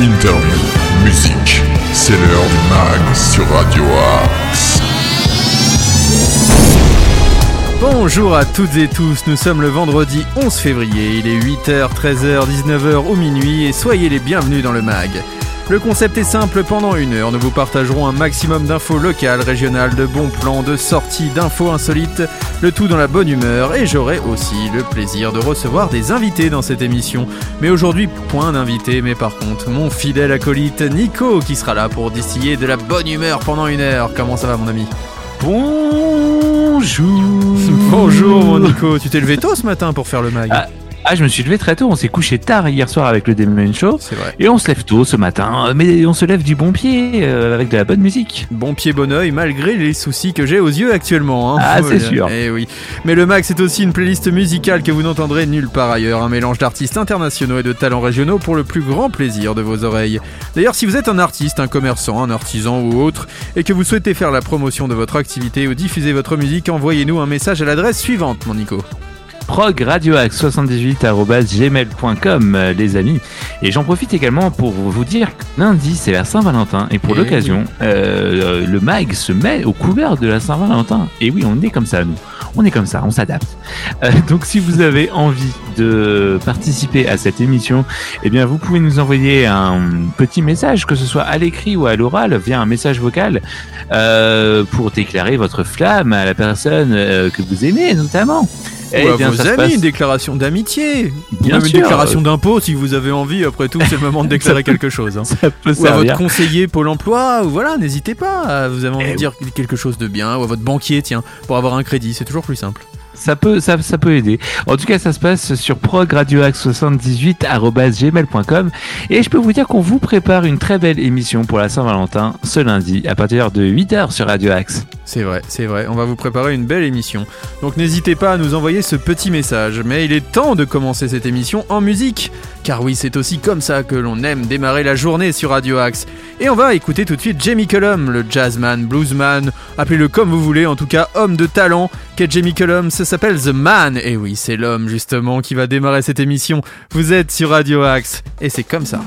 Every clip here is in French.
interview, musique, c'est l'heure du mag sur Radio Axe. Bonjour à toutes et tous, nous sommes le vendredi 11 février, il est 8h, 13h, 19h ou minuit et soyez les bienvenus dans le mag. Le concept est simple, pendant une heure, nous vous partagerons un maximum d'infos locales, régionales, de bons plans, de sorties, d'infos insolites, le tout dans la bonne humeur, et j'aurai aussi le plaisir de recevoir des invités dans cette émission. Mais aujourd'hui, point d'invité, mais par contre, mon fidèle acolyte Nico qui sera là pour distiller de la bonne humeur pendant une heure. Comment ça va mon ami ? Bonjour. Bonjour mon Nico, tu t'es levé tôt ce matin pour faire le mag ? Je me suis levé très tôt, on s'est couché tard hier soir avec le Demon Show. C'est vrai. Et on se lève tôt ce matin, mais on se lève du bon pied, avec de la bonne musique. Bon pied, bon oeil, malgré les soucis que j'ai aux yeux actuellement. Ah, c'est sûr. Eh oui. Mais le mag, c'est aussi une playlist musicale que vous n'entendrez nulle part ailleurs. Un mélange d'artistes internationaux et de talents régionaux pour le plus grand plaisir de vos oreilles. D'ailleurs, si vous êtes un artiste, un commerçant, un artisan ou autre, et que vous souhaitez faire la promotion de votre activité ou diffuser votre musique, envoyez-nous un message à l'adresse suivante, mon Nico. progradioaxe78@gmail.com les amis. Et j'en profite également pour vous dire que lundi c'est la Saint-Valentin et pour l'occasion le mag se met aux couleurs de la Saint-Valentin. Et oui, on est comme ça nous. On est comme ça, on s'adapte. Donc si vous avez envie de participer à cette émission, eh bien vous pouvez nous envoyer un petit message, que ce soit à l'écrit ou à l'oral, via un message vocal, pour déclarer votre flamme à la personne que vous aimez notamment. Ou à vos amis, une déclaration d'amitié, bien même sûr, une déclaration d'impôt si vous avez envie. Après tout, c'est le moment de déclarer quelque chose. Hein. Ça peut ou servir. à votre conseiller Pôle Emploi, ou voilà, n'hésitez pas. Vous avez envie de dire quelque chose de bien, ou à votre banquier, tiens, pour avoir un crédit, c'est toujours plus simple. Ça peut aider. En tout cas, ça se passe sur progradioaxe78@gmail.com et je peux vous dire qu'on vous prépare une très belle émission pour la Saint-Valentin ce lundi à partir de 8h sur Radio Axe. C'est vrai, on va vous préparer une belle émission. Donc n'hésitez pas à nous envoyer ce petit message. Mais il est temps de commencer cette émission en musique. Car oui, c'est aussi comme ça que l'on aime démarrer la journée sur Radio Axe. Et on va écouter tout de suite Jamie Cullum, le jazzman, bluesman, appelez-le comme vous voulez, en tout cas homme de talent, qu'est Jamie Cullum, ça s'appelle The Man. Et oui, c'est l'homme justement qui va démarrer cette émission. Vous êtes sur Radio Axe, et c'est comme ça.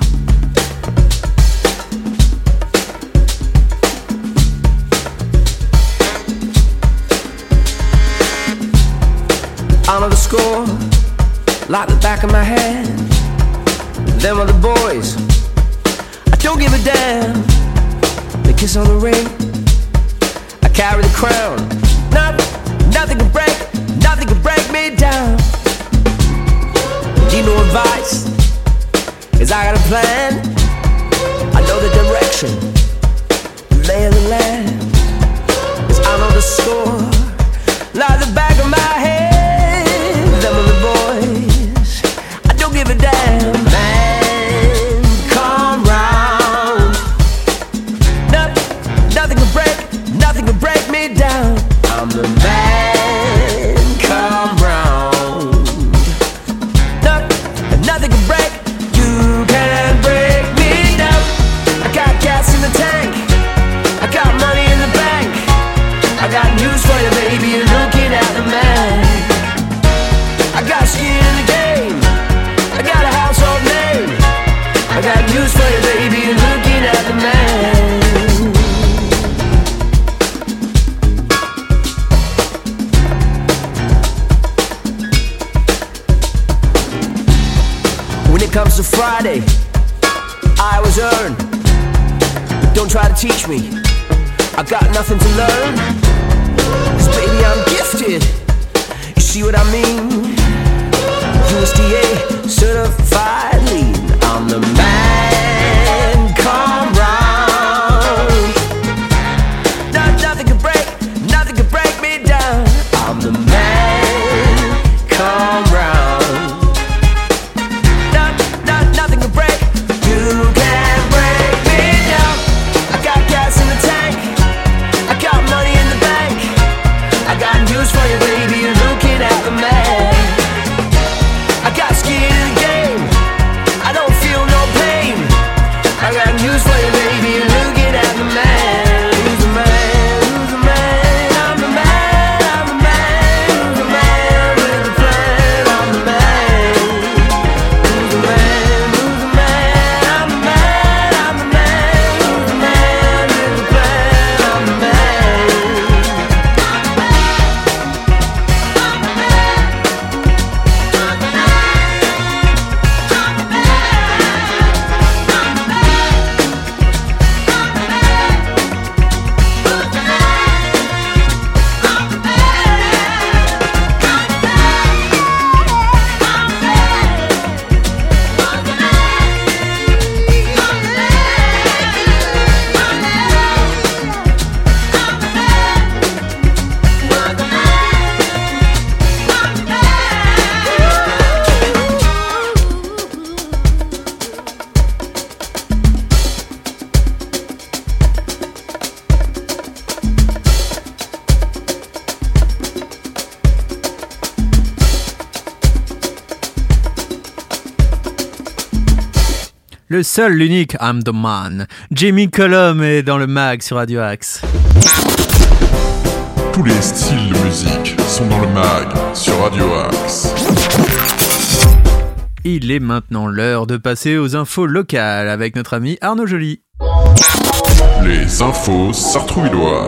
I know the score, like the back of my hand. Them are the boys, I don't give a damn. They kiss on the ring, I carry the crown. Nothing can break me down. Need no advice, 'cause I got a plan. I know the direction, the lay of the land. 'Cause I know the score, like the back of my head. Them are the boys, I don't give a damn. Man, come round. Nothing can break me down. I'm the man, come round. Nothing can break, you can't break me down. I got gas in the tank, I got money in the bank. I got news for you, baby, you're looking at the man. I got skin in the game, I got a household name. I got news for you, baby, you're looking at the man. When it comes to Friday, I always earn. Don't try to teach me, I got nothing to learn. 'Cause baby, I'm gifted, you see what I mean? USDA certified lean. I'm the man, come round. Nothing can break me down. I'm the man, come round. Nothing can break, you can't break me down. I got gas in the tank, I got money in the bank. Le seul, l'unique, I'm the man. Jamie Cullum est dans le mag sur Radio Axe. Tous les styles de musique sont dans le mag sur Radio Axe. Il est maintenant l'heure de passer aux infos locales avec notre ami Arnaud Joly. Les infos sartrouvilloises.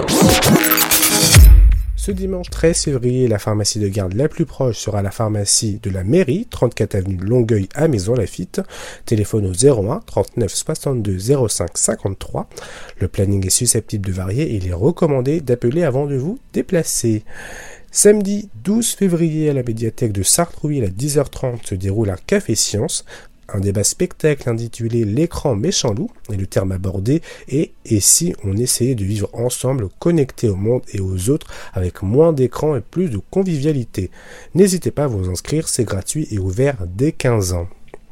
Ce dimanche 13 février, la pharmacie de garde la plus proche sera la pharmacie de la mairie, 34 avenue de Longueuil à Maisons-Laffitte. Téléphone au 01 39 62 05 53. Le planning est susceptible de varier et il est recommandé d'appeler avant de vous déplacer. Samedi 12 février à la médiathèque de Sartrouville à 10h30 se déroule un café science. Un débat spectacle intitulé « L'écran méchant loup » et le terme abordé est « Et si on essayait de vivre ensemble, connectés au monde et aux autres, avec moins d'écran et plus de convivialité ?» N'hésitez pas à vous inscrire, c'est gratuit et ouvert dès 15 ans.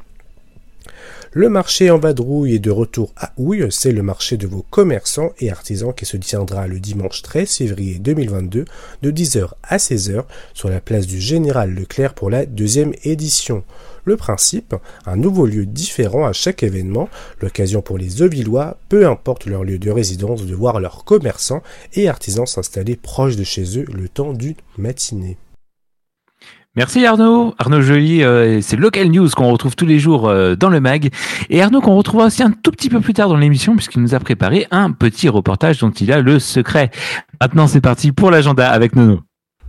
Le marché en vadrouille est de retour à Houille, c'est le marché de vos commerçants et artisans qui se tiendra le dimanche 13 février 2022 de 10h à 16h sur la place du Général Leclerc pour la 2e édition. Le principe, un nouveau lieu différent à chaque événement, l'occasion pour les Auvillois, peu importe leur lieu de résidence, de voir leurs commerçants et artisans s'installer proches de chez eux le temps d'une matinée. Merci Arnaud Joly, c'est Local News qu'on retrouve tous les jours dans le mag. Et Arnaud qu'on retrouvera aussi un tout petit peu plus tard dans l'émission puisqu'il nous a préparé un petit reportage dont il a le secret. Maintenant c'est parti pour l'agenda avec Nono.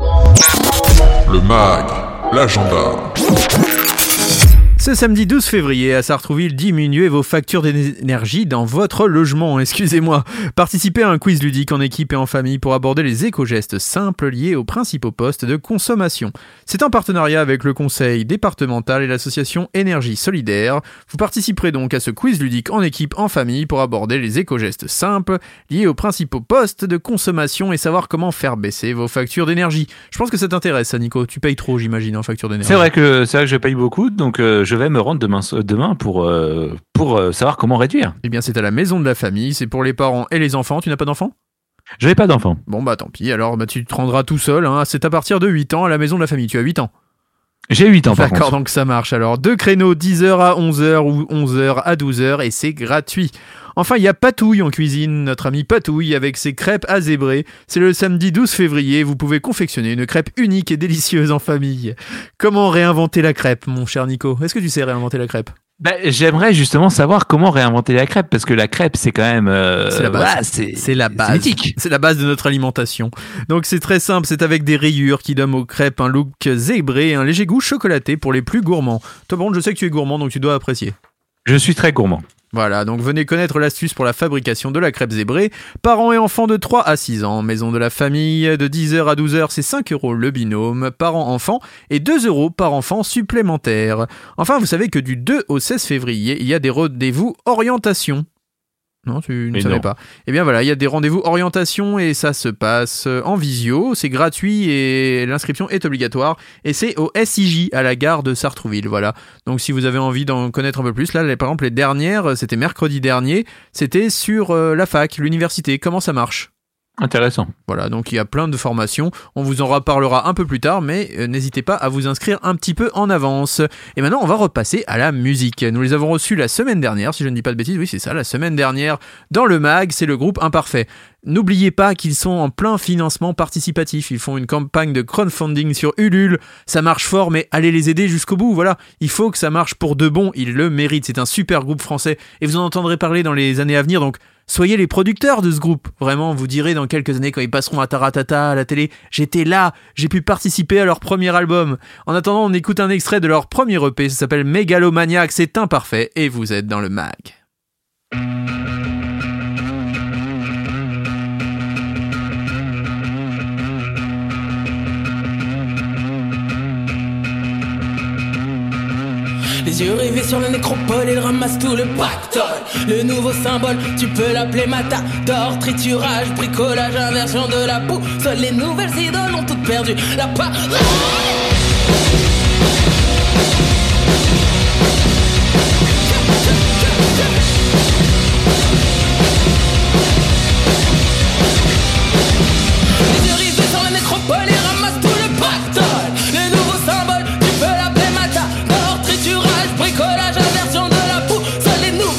Le mag, l'agenda. Ce samedi 12 février à Sartrouville, diminuez vos factures d'énergie dans votre logement. Participez à un quiz ludique en équipe et en famille pour aborder les éco-gestes simples liés aux principaux postes de consommation. C'est en partenariat avec le conseil départemental et l'association Énergie Solidaire. Vous participerez donc à ce quiz ludique en équipe, en famille pour aborder les éco-gestes simples liés aux principaux postes de consommation et savoir comment faire baisser vos factures d'énergie. Je pense que ça t'intéresse, ça, Nico. Tu payes trop, j'imagine, en facture d'énergie. C'est vrai que je paye beaucoup, donc je vais me rendre demain pour savoir comment réduire. Eh bien, c'est à la maison de la famille, c'est pour les parents et les enfants. Tu n'as pas d'enfants ? Je n'ai pas d'enfants. Bon, bah tant pis, alors tu te rendras tout seul, hein. C'est à partir de 8 ans à la maison de la famille. Tu as 8 ans ? J'ai 8 ans par contre. D'accord, donc ça marche. Alors, 2 créneaux, 10h à 11h ou 11h à 12h et c'est gratuit. Enfin, il y a Patouille en cuisine, notre ami Patouille avec ses crêpes à zébrer. C'est le samedi 12 février, vous pouvez confectionner une crêpe unique et délicieuse en famille. Comment réinventer la crêpe, mon cher Nico ? Est-ce que tu sais réinventer la crêpe ? J'aimerais justement savoir comment réinventer la crêpe parce que la crêpe c'est quand même c'est la base. Voilà, c'est la base. C'est mythique. C'est la base de notre alimentation. Donc c'est très simple, c'est avec des rayures qui donnent aux crêpes un look zébré et un léger goût chocolaté pour les plus gourmands. Toi bon, je sais que tu es gourmand donc tu dois apprécier. Je suis très gourmand. Voilà, donc venez connaître l'astuce pour la fabrication de la crêpe zébrée. Parents et enfants de 3 à 6 ans. Maison de la famille, de 10h à 12h, c'est 5 € le binôme. Parents-enfants et 2 € par enfant supplémentaire. Enfin, vous savez que du 2 au 16 février, il y a des rendez-vous orientation. Non, tu ne savais pas. Eh bien voilà, il y a des rendez-vous orientation et ça se passe en visio, c'est gratuit et l'inscription est obligatoire et c'est au SIJ à la gare de Sartrouville, voilà. Donc si vous avez envie d'en connaître un peu plus, là par exemple les dernières, c'était mercredi dernier, c'était sur la fac, l'université, comment ça marche ? Intéressant. Voilà, donc il y a plein de formations, on vous en reparlera un peu plus tard, mais n'hésitez pas à vous inscrire un petit peu en avance. Et maintenant, on va repasser à la musique. Nous les avons reçus la semaine dernière, si je ne dis pas de bêtises, oui c'est ça, la semaine dernière, dans le mag, c'est le groupe Imparfait. N'oubliez pas qu'ils sont en plein financement participatif, ils font une campagne de crowdfunding sur Ulule, ça marche fort, mais allez les aider jusqu'au bout, voilà. Il faut que ça marche pour de bon, ils le méritent, c'est un super groupe français, et vous en entendrez parler dans les années à venir, donc soyez les producteurs de ce groupe. Vraiment, vous direz dans quelques années quand ils passeront à Taratata à la télé, j'étais là, j'ai pu participer à leur premier album. En attendant, on écoute un extrait de leur premier EP, ça s'appelle Mégalomaniac, c'est Imparfait et vous êtes dans le mag. Les yeux rivés sur la nécropole, il ramasse tout le pactole. Le nouveau symbole, tu peux l'appeler matador. Triturage, bricolage, inversion de la boue. Seules les nouvelles idoles ont toutes perdu la parole. Les yeux rivés sur la nécropole, il ramasse tout le pactole. Le nouveau symbole, tu peux l'appeler matador. Triturage, bricolage, inversion de la boue. Seules les nouvelles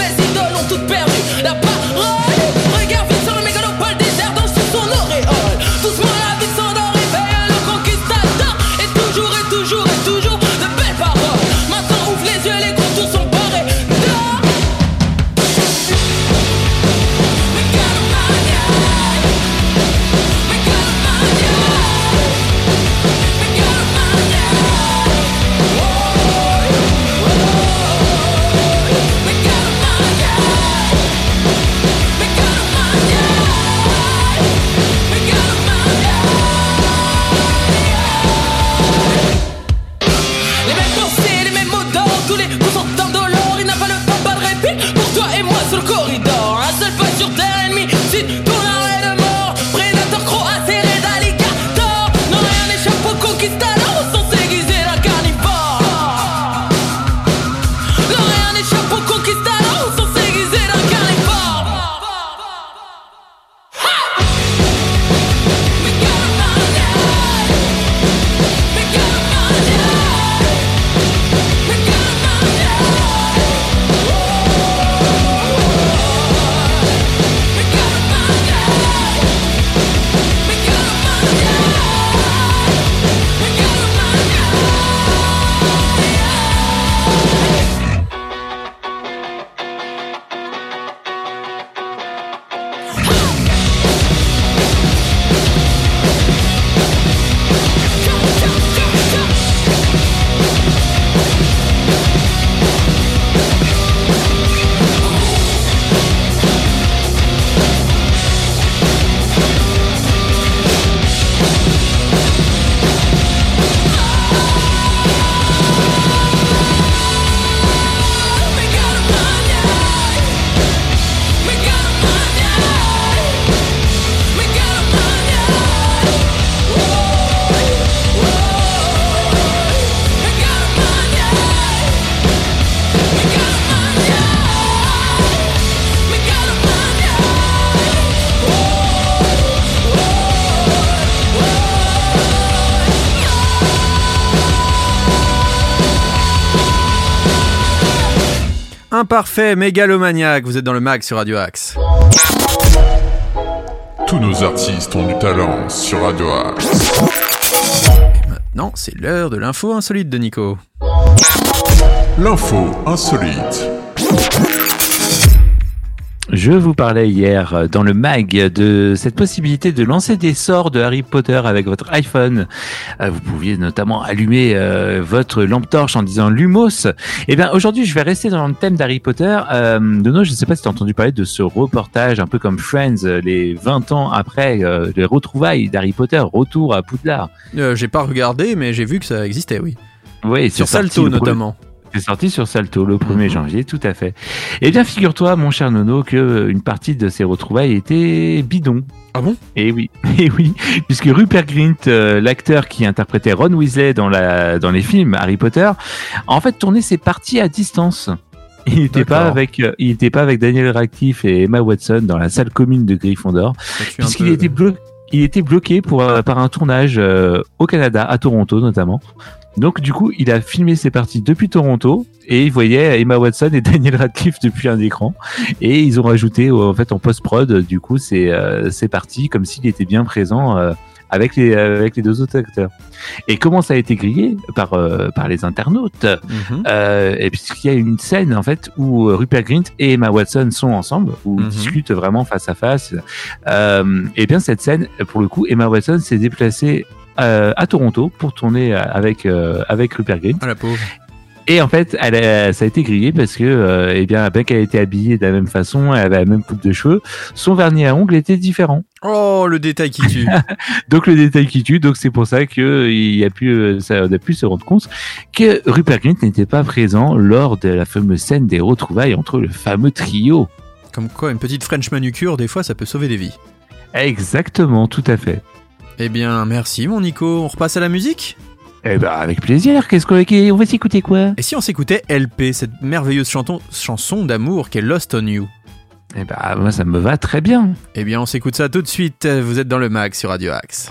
Imparfait, mégalomaniaque, vous êtes dans le mag sur Radio Axe. Tous nos artistes ont du talent sur Radio Axe. Et maintenant, c'est l'heure de l'info insolite de Nico. L'info insolite. Je vous parlais hier dans le mag de cette possibilité de lancer des sorts de Harry Potter avec votre iPhone. Vous pouviez notamment allumer votre lampe torche en disant Lumos. Et bien aujourd'hui, je vais rester dans le thème d'Harry Potter. Nono, je ne sais pas si tu as entendu parler de ce reportage un peu comme Friends, les 20 ans après les retrouvailles d'Harry Potter, retour à Poudlard. J'ai pas regardé, mais j'ai vu que ça existait, oui. Oui, sur Salto notamment. C'est sorti sur Salto le 1er janvier, tout à fait. Eh bien, figure-toi, mon cher Nono, que une partie de ces retrouvailles était bidon. Ah bon ? Eh oui, puisque Rupert Grint, l'acteur qui interprétait Ron Weasley dans les films Harry Potter, a en fait tourné ses parties à distance. Il n'était pas avec Daniel Radcliffe et Emma Watson dans la salle commune de Gryffondor, puisqu'il était bloqué par un tournage au Canada, à Toronto notamment. Donc du coup, il a filmé ses parties depuis Toronto et il voyait Emma Watson et Daniel Radcliffe depuis un écran et ils ont rajouté en fait en post-prod du coup ces parties comme s'il était bien présent avec les deux autres acteurs. Et comment ça a été grillé par les internautes et puisqu'il y a une scène en fait où Rupert Grint et Emma Watson sont ensemble où ils discutent vraiment face à face. Et bien cette scène, pour le coup, Emma Watson s'est déplacée à Toronto pour tourner avec Rupert Grint. Ah la pauvre. Et en fait, ça a été grillé parce que, bien qu'elle était habillée de la même façon, elle avait la même coupe de cheveux, son vernis à ongles était différent. Oh, le détail qui tue. Donc le détail qui tue. Donc c'est pour ça que on a pu se rendre compte que Rupert Grint n'était pas présent lors de la fameuse scène des retrouvailles entre le fameux trio. Comme quoi, une petite French manucure, des fois, ça peut sauver des vies. Exactement, tout à fait. Eh bien, merci mon Nico. On repasse à la musique ? Eh ben, avec plaisir. On va s'écouter quoi ? Et si on s'écoutait LP, cette merveilleuse chanson d'amour qui est Lost on You ? Eh ben, moi, ça me va très bien. Eh bien, on s'écoute ça tout de suite. Vous êtes dans le mag sur Radio Axe.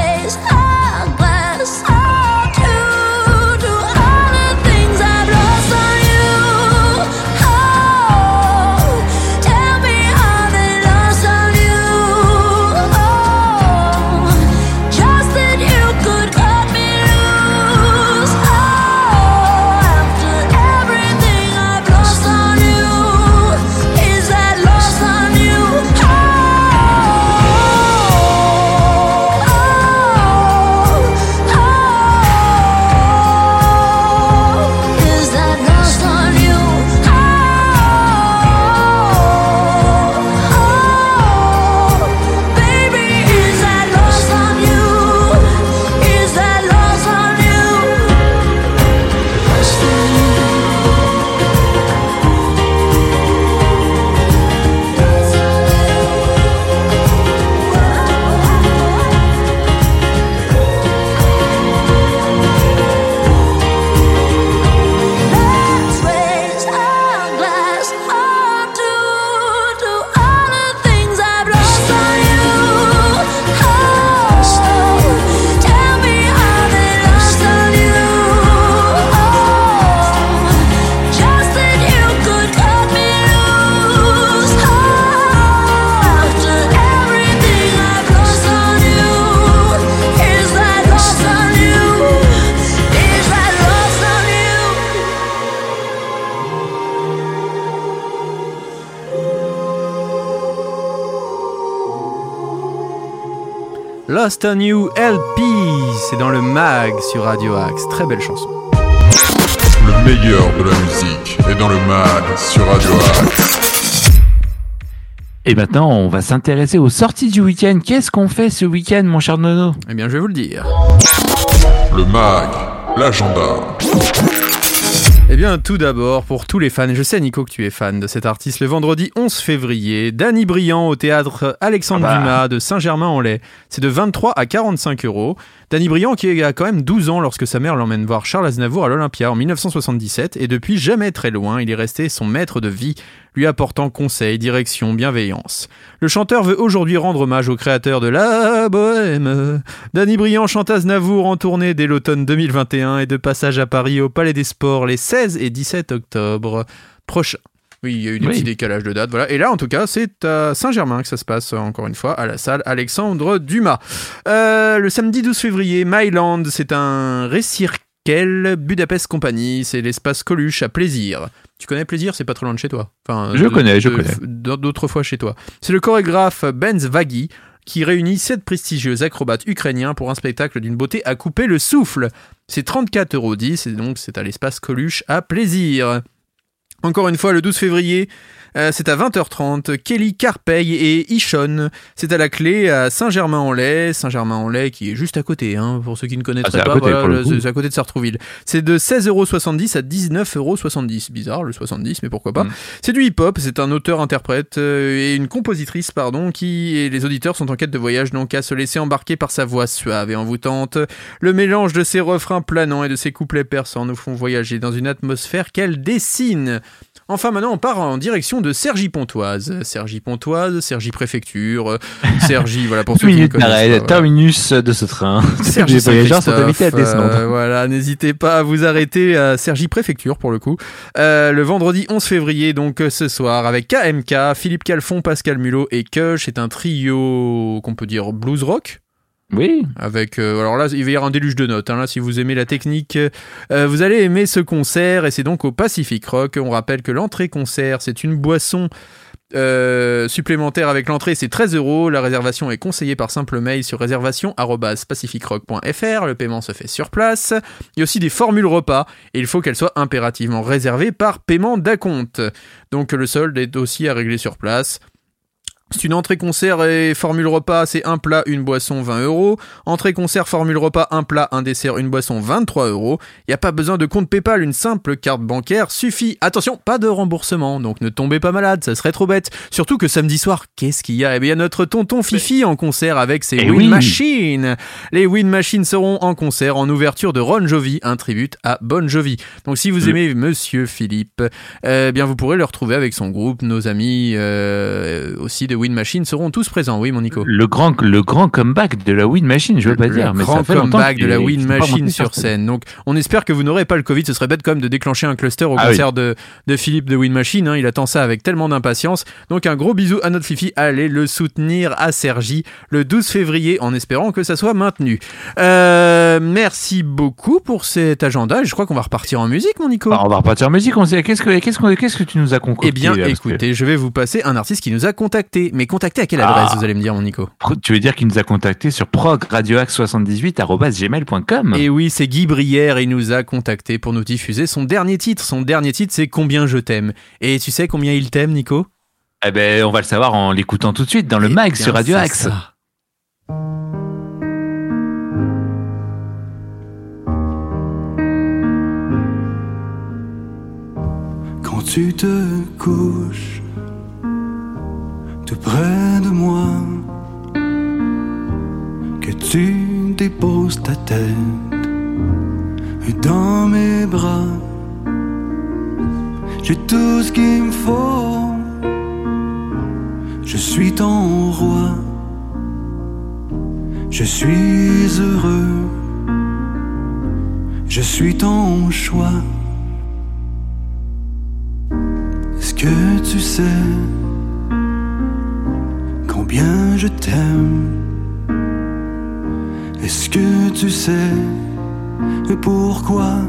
Lost Lost on You LP, c'est dans le mag sur Radio Axe, très belle chanson. Le meilleur de la musique est dans le mag sur Radio Axe. Et maintenant, on va s'intéresser aux sorties du week-end. Qu'est-ce qu'on fait ce week-end, mon cher Nono ? Eh bien, je vais vous le dire. Le mag, l'agenda. Eh bien, tout d'abord, pour tous les fans, et je sais, Nico, que tu es fan de cet artiste, le vendredi 11 février, Danny Briand au théâtre Alexandre Dumas de Saint-Germain-en-Laye. C'est de 23 à 45 €. Danny Briand qui a quand même 12 ans lorsque sa mère l'emmène voir Charles Aznavour à l'Olympia en 1977, et depuis jamais très loin, il est resté son maître de vie, lui apportant conseils, direction, bienveillance. Le chanteur veut aujourd'hui rendre hommage au créateur de la bohème. Danny Briand chante Aznavour en tournée dès l'automne 2021 et de passage à Paris au Palais des Sports les 16 et 17 octobre prochains. Oui, il y a eu des petits décalages de date, voilà. Et là, en tout cas, c'est à Saint-Germain que ça se passe, encore une fois, à la salle Alexandre Dumas. Le samedi 12 février, Myland, c'est un récirquel Budapest Company, c'est l'espace Coluche à Plaisir. Tu connais Plaisir, c'est pas trop loin de chez toi. Enfin, je connais. D'autres fois chez toi. C'est le chorégraphe Benz Vaghi qui réunit 7 prestigieux acrobates ukrainiens pour un spectacle d'une beauté à couper le souffle. C'est 34,10 €, et donc c'est à l'espace Coluche à Plaisir. Encore une fois, le 12 février, c'est à 20h30, Kelly Carpey et Ishon. C'est à la clé à Saint-Germain-en-Laye. Saint-Germain-en-Laye qui est juste à côté, hein, pour ceux qui ne connaîtraient pas. Voilà, c'est à côté de Sartrouville. C'est de 16,70 € à 19,70 €. Bizarre, le 70, mais pourquoi pas. C'est du hip-hop, c'est un auteur-interprète et une compositrice, et les auditeurs sont en quête de voyage, donc à se laisser embarquer par sa voix suave et envoûtante. Le mélange de ses refrains planants et de ses couplets perçants nous font voyager dans une atmosphère qu'elle dessine. Enfin, maintenant, on part en direction de Cergy-Pontoise. Cergy Préfecture, Cergy, voilà, pour ceux qui ne connaissent pas. Voilà. Terminus de ce train. Cergy voilà, n'hésitez pas à vous arrêter à Cergy Préfecture, pour le coup. Le vendredi 11 février, donc ce soir, avec KMK, Philippe Calfon, Pascal Mulot et Kush. C'est un trio qu'on peut dire blues rock. Oui. Avec, alors là, il va y avoir un déluge de notes. Hein, là, si vous aimez la technique, vous allez aimer ce concert. Et c'est donc au Pacific Rock. On rappelle que l'entrée concert, c'est une boisson supplémentaire avec l'entrée, c'est 13 €. La réservation est conseillée par simple mail sur réservation@pacificrock.fr. Le paiement se fait sur place. Il y a aussi des formules repas et il faut qu'elles soient impérativement réservées par paiement d'acompte. Donc le solde est aussi à régler sur place. C'est une entrée concert et formule repas, c'est un plat, une boisson, 20 €. Entrée concert, formule repas, un plat, un dessert, une boisson, 23 €. Il n'y a pas besoin de compte PayPal, une simple carte bancaire suffit. Attention, pas de remboursement, donc ne tombez pas malade, ça serait trop bête. Surtout que samedi soir, qu'est-ce qu'il y a ? Eh bien, il y a notre tonton Fifi en concert avec ses Wind Machine. Les Wind Machine seront en concert en ouverture de Ron Jovi, un tribute à Bon Jovi. Donc si vous aimez Monsieur Philippe, bien vous pourrez le retrouver avec son groupe, nos amis aussi de Wind Machine seront tous présents. Oui, mon Nico. Le grand comeback de la Wind Machine, je veux pas dire, mais ça fait longtemps comeback de la Wind Machine sur scène. Donc, on espère que vous n'aurez pas le Covid. Ce serait bête quand même de déclencher un cluster au concert de Philippe de Wind Machine. Hein. Il attend ça avec tellement d'impatience. Donc, un gros bisou à notre Fifi. Allez le soutenir à Cergy le 12 février en espérant que ça soit maintenu. Merci beaucoup pour cet agenda. Je crois qu'on va repartir en musique, mon Nico. On va repartir en musique. Qu'est-ce que tu nous as concocté ? Eh bien, écoutez, je vais vous passer un artiste qui nous a contacté. Mais contacté à quelle adresse, vous allez me dire, mon Nico ? Tu veux dire qu'il nous a contacté sur progradioaxe78@gmail.com ? Et oui, c'est Guy Brière, il nous a contacté pour nous diffuser son dernier titre. Son dernier titre, c'est Combien je t'aime. Et tu sais combien il t'aime, Nico ? Eh ben, on va le savoir en l'écoutant tout de suite dans le mag sur Radio Axe. Quand tu te couches tout près de moi, que tu déposes ta tête dans mes bras, j'ai tout ce qu'il me faut, je suis ton roi, je suis heureux, je suis ton choix. Est-ce que tu sais combien je t'aime? Est-ce que tu sais pourquoi?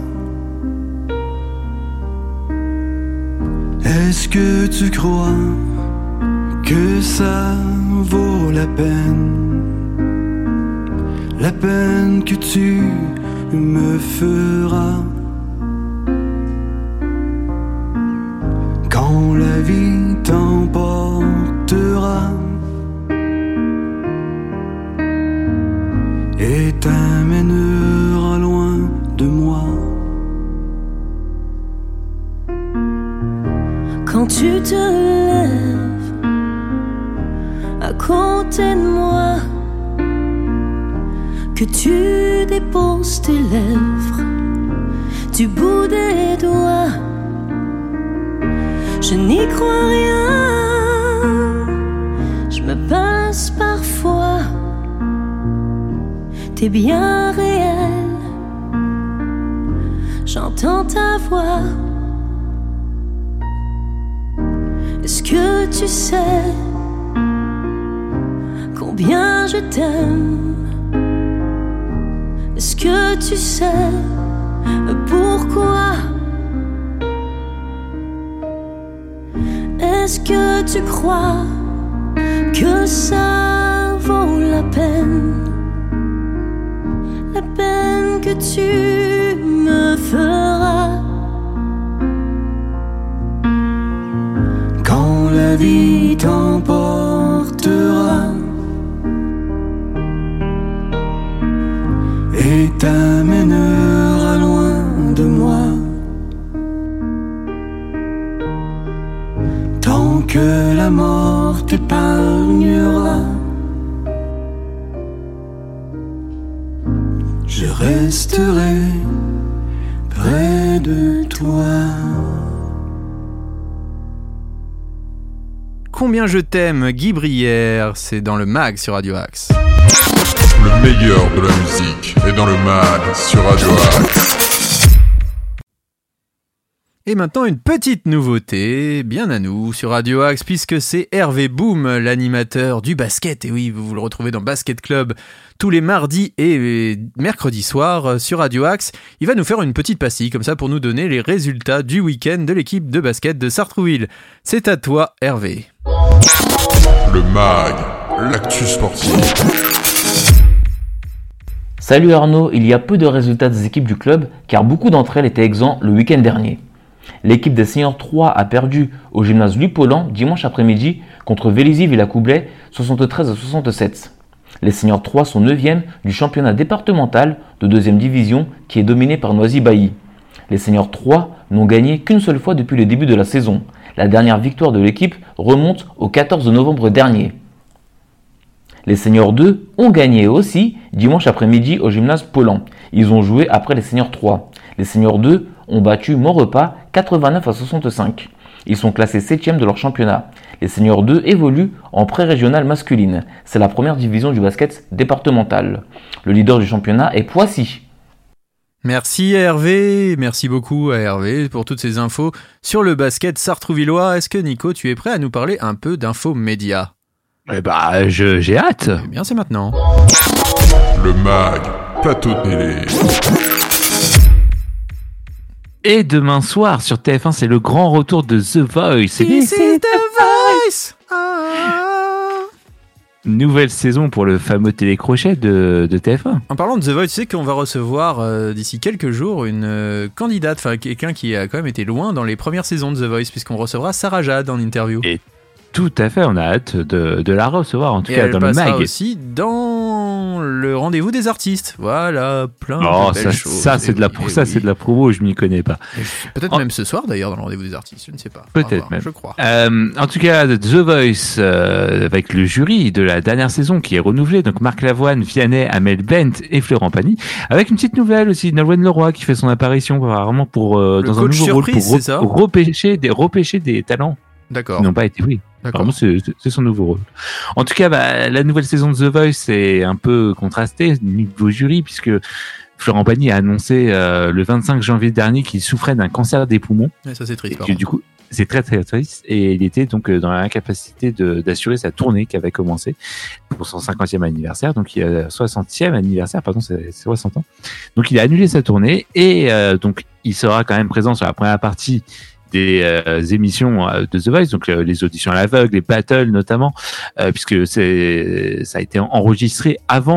Est-ce que tu crois que ça vaut la peine la peine que tu me feras. Quand la vie t'emportera et t'amènera loin de moi. Quand tu te lèves à côté de moi, que tu déposes tes lèvres du bout des doigts, je n'y crois rien, je me pince parfois. T'es bien réel, j'entends ta voix. Est-ce que tu sais combien je t'aime? Est-ce que tu sais pourquoi? Est-ce que tu crois que ça vaut la peine que tu me feras? Quand la vie t'emportera et t'amènera loin de moi, tant que la mort t'épargnera, je resterai près de toi. Combien je t'aime, Guy Brière, c'est dans le mag sur Radio Axe. Le meilleur de la musique est dans le mag sur Radio Axe. Et maintenant une petite nouveauté, bien à nous, sur Radio Axe, puisque c'est Hervé Boom, l'animateur du basket. Et oui, vous le retrouvez dans Basket Club tous les mardis et mercredis soirs sur Radio Axe. Il va nous faire une petite pastille, comme ça, pour nous donner les résultats du week-end de l'équipe de basket de Sartrouville. C'est à toi, Hervé. Le mag, l'actu sportive. Salut Arnaud, il y a peu de résultats des équipes du club, car beaucoup d'entre elles étaient exemptes le week-end dernier. L'équipe des Seniors 3 a perdu au gymnase Louis Paulan dimanche après-midi contre Vélizy-Villacoublay 73-67. Les Seniors 3 sont 9e du championnat départemental de 2e division qui est dominé par Noisy-Bailly. Les Seniors 3 n'ont gagné qu'une seule fois depuis le début de la saison. La dernière victoire de l'équipe remonte au 14 novembre dernier. Les Seniors 2 ont gagné aussi dimanche après-midi au gymnase Paulan. Ils ont joué après les Seniors 3. Les Seniors 2 ont battu Maurepas 89-65. Ils sont classés 7e de leur championnat. Les Seniors 2 évoluent en pré-régionale masculine. C'est la première division du basket départemental. Le leader du championnat est Poissy. Merci Hervé, merci beaucoup à Hervé pour toutes ces infos sur le basket sartrouvillois. Est-ce que Nico, tu es prêt à nous parler un peu d'infos médias? Eh bah, j'ai hâte. Eh bien, c'est maintenant. Le mag, plateau télé. Et demain soir sur TF1, c'est le grand retour de The Voice. This is the Voice. Nouvelle saison pour le fameux télécrochet de TF1. En parlant de The Voice, tu sais qu'on va recevoir d'ici quelques jours une candidate, enfin quelqu'un qui a quand même été loin dans les premières saisons de The Voice, puisqu'on recevra Sarah Jade en interview. Et tout à fait, on a hâte de la recevoir, en tout cas dans le mag. Elle passera aussi dans le rendez-vous des artistes. Voilà, plein de belles choses. Ça, c'est de la promo, je m'y connais pas. Peut-être même ce soir d'ailleurs dans le rendez-vous des artistes, je ne sais pas. Peut-être même. Je crois. En tout cas, The Voice, avec le jury de la dernière saison qui est renouvelé, donc Marc Lavoine, Vianney, Amel Bent et Florent Pagny, avec une petite nouvelle aussi, Nolwenn Leroy qui fait son apparition vraiment pour dans un nouveau rôle pour repêcher des talents. D'accord. Qui n'ont pas été, oui. Apparemment, c'est son nouveau rôle. En tout cas, la nouvelle saison de The Voice est un peu contrastée niveau jury, puisque Florent Pagny a annoncé le 25 janvier dernier qu'il souffrait d'un cancer des poumons. Et ça, c'est triste. Et du coup, c'est très très triste. Et il était donc dans l'incapacité d'assurer sa tournée qui avait commencé pour son 50e anniversaire. Donc, il a 60e anniversaire, pardon, c'est 60 ans. Donc, il a annulé sa tournée et donc, il sera quand même présent sur la première partie des émissions de The Voice, donc les auditions à l'aveugle, les battles notamment, puisque ça a été enregistré avant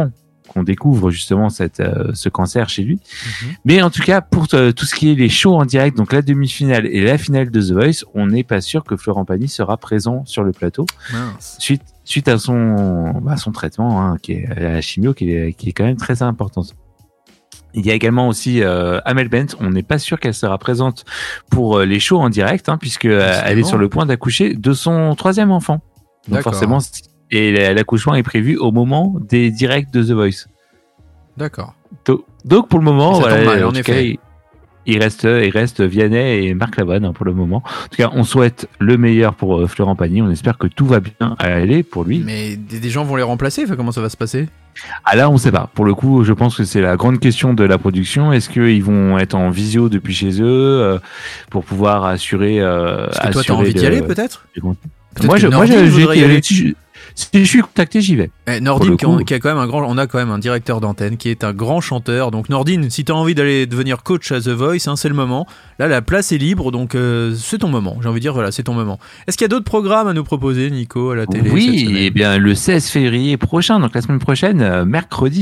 qu'on découvre justement ce cancer chez lui. Mais en tout cas, pour tout ce qui est les shows en direct, donc la demi-finale et la finale de The Voice, on n'est pas sûr que Florent Pagny sera présent sur le plateau. Mince. Suite à son traitement, hein, qui est à la chimio, qui est quand même très importante. Il y a également aussi Amel Bent. On n'est pas sûr qu'elle sera présente pour les shows en direct, hein, puisque elle est sur le point d'accoucher de son 3e enfant. Donc forcément, et l'accouchement est prévu au moment des directs de The Voice. D'accord. Donc pour le moment, ça tombe mal, en effet. Cas, il reste Vianney et Marc Lavoine, hein, pour le moment. En tout cas, on souhaite le meilleur pour Florent Pagny. On espère que tout va bien aller pour lui. Mais des gens vont les remplacer. Enfin, comment ça va se passer? Ah là, on sait pas. Pour le coup, je pense que c'est la grande question de la production. Est-ce qu'ils vont être en visio depuis chez eux pour pouvoir assurer? Est-ce que toi, t'as envie d'y aller, peut-être? Moi, si je suis contacté, j'y vais. Nordine, qui a quand même on a quand même un directeur d'antenne qui est un grand chanteur. Donc Nordine, si t'as envie d'aller devenir coach à The Voice, hein, c'est le moment. Là, la place est libre, donc c'est ton moment. J'ai envie de dire, voilà, c'est ton moment. Est-ce qu'il y a d'autres programmes à nous proposer, Nico, à la télé? Oui, et bien le 16 février prochain, donc la semaine prochaine, mercredi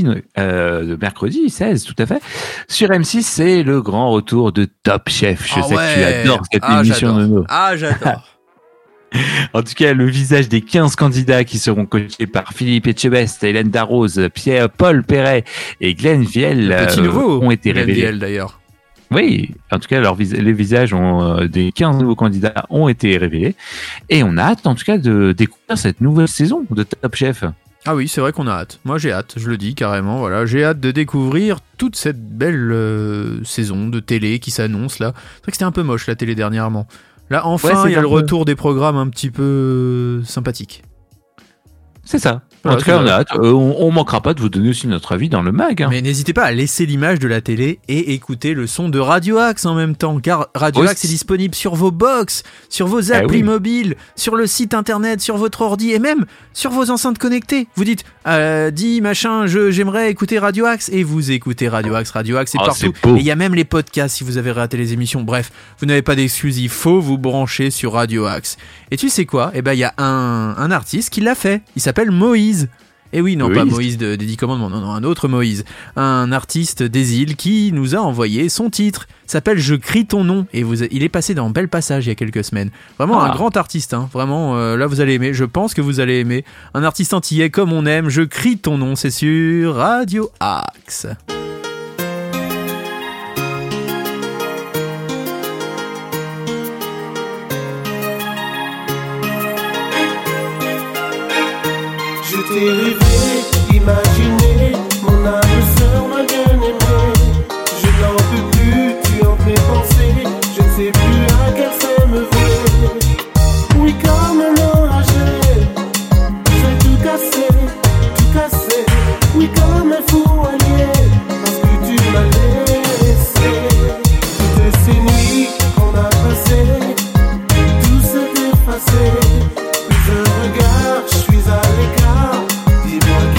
16, tout à fait. Sur M6, c'est le grand retour de Top Chef. Je sais que tu adores cette émission, Nono. Ah, j'adore. En tout cas, le visage des 15 candidats qui seront coachés par Philippe Etchebest, Hélène Darroze, Paul Perret et Glenn Viel ont été révélés. Viel, d'ailleurs. Oui, en tout cas, les visages des 15 nouveaux candidats ont été révélés. Et on a hâte, en tout cas, de découvrir cette nouvelle saison de Top Chef. Ah oui, c'est vrai qu'on a hâte. Moi, j'ai hâte, je le dis carrément. Voilà, j'ai hâte de découvrir toute cette belle saison de télé qui s'annonce là. C'est vrai que c'était un peu moche la télé dernièrement. Là, enfin, il y a le retour des programmes un petit peu sympathiques. C'est ça. En tout cas, on a hâte. On manquera pas de vous donner aussi notre avis dans le mag. Hein. Mais n'hésitez pas à laisser l'image de la télé et écouter le son de Radio Axe en même temps, car Radio Axe est disponible sur vos box, sur vos applis mobiles, sur le site internet, sur votre ordi et même sur vos enceintes connectées. Vous dites, dis machin, j'aimerais écouter Radio Axe, et vous écoutez Radio Axe c'est partout. Et il y a même les podcasts si vous avez raté les émissions. Bref, vous n'avez pas d'excuse, il faut vous brancher sur Radio Axe. Et tu sais quoi? Eh ben, il y a un artiste qui l'a fait. Il s'appelle Moïse. Et oui, non, pas Moïse des 10 commandements, non, un autre Moïse, un artiste des îles qui nous a envoyé son titre, s'appelle Je crie ton nom, et il est passé dans Bel Passage il y a quelques semaines. Vraiment un grand artiste, hein. Vraiment, là vous allez aimer, je pense que vous allez aimer. Un artiste antillais comme on aime, Je crie ton nom, c'est sur Radio Axe. Je t'ai rêvé, imaginé, mon âme sœur m'a bien aimé. Je n'en peux plus, tu en fais penser, je ne sais plus à quel sein me veut. Oui, comme un enragé, j'ai tout cassé, oui, comme un fou allié, parce que tu m'as laissé. Toutes ces nuits qu'on a passées, tout s'est effacé, plus un regard, je suis à l'écart. Dis-moi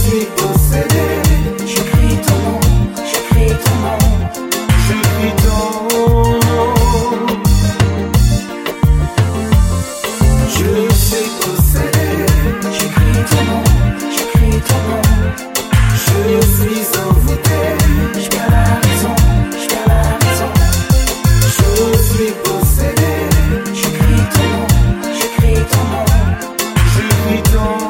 suis possédé. J'écris ton nom, j'écris ton nom, j'écris ton nom. Je suis possédé. J'écris ton nom, j'écris ton nom. Je suis envoûté. J'perds la raison, j'perds la raison. Je suis possédé. J'écris ton nom, j'écris ton nom, j'écris ton nom.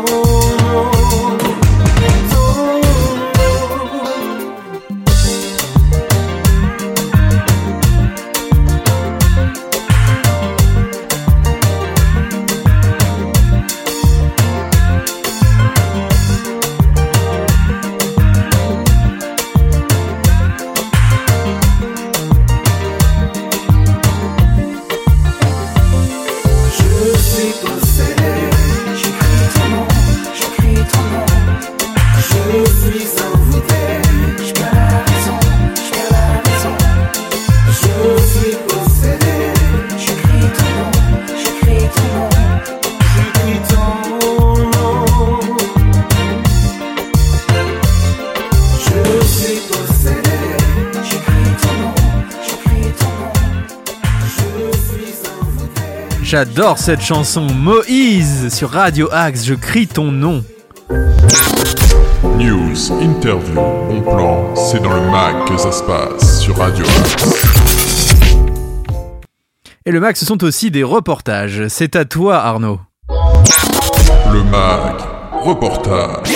J'adore cette chanson, Moïse, sur Radio Axe, je crie ton nom. News, interview, bon plan, c'est dans le mag que ça se passe sur Radio Axe. Et le mag, ce sont aussi des reportages. C'est à toi, Arnaud. Le mag, reportage.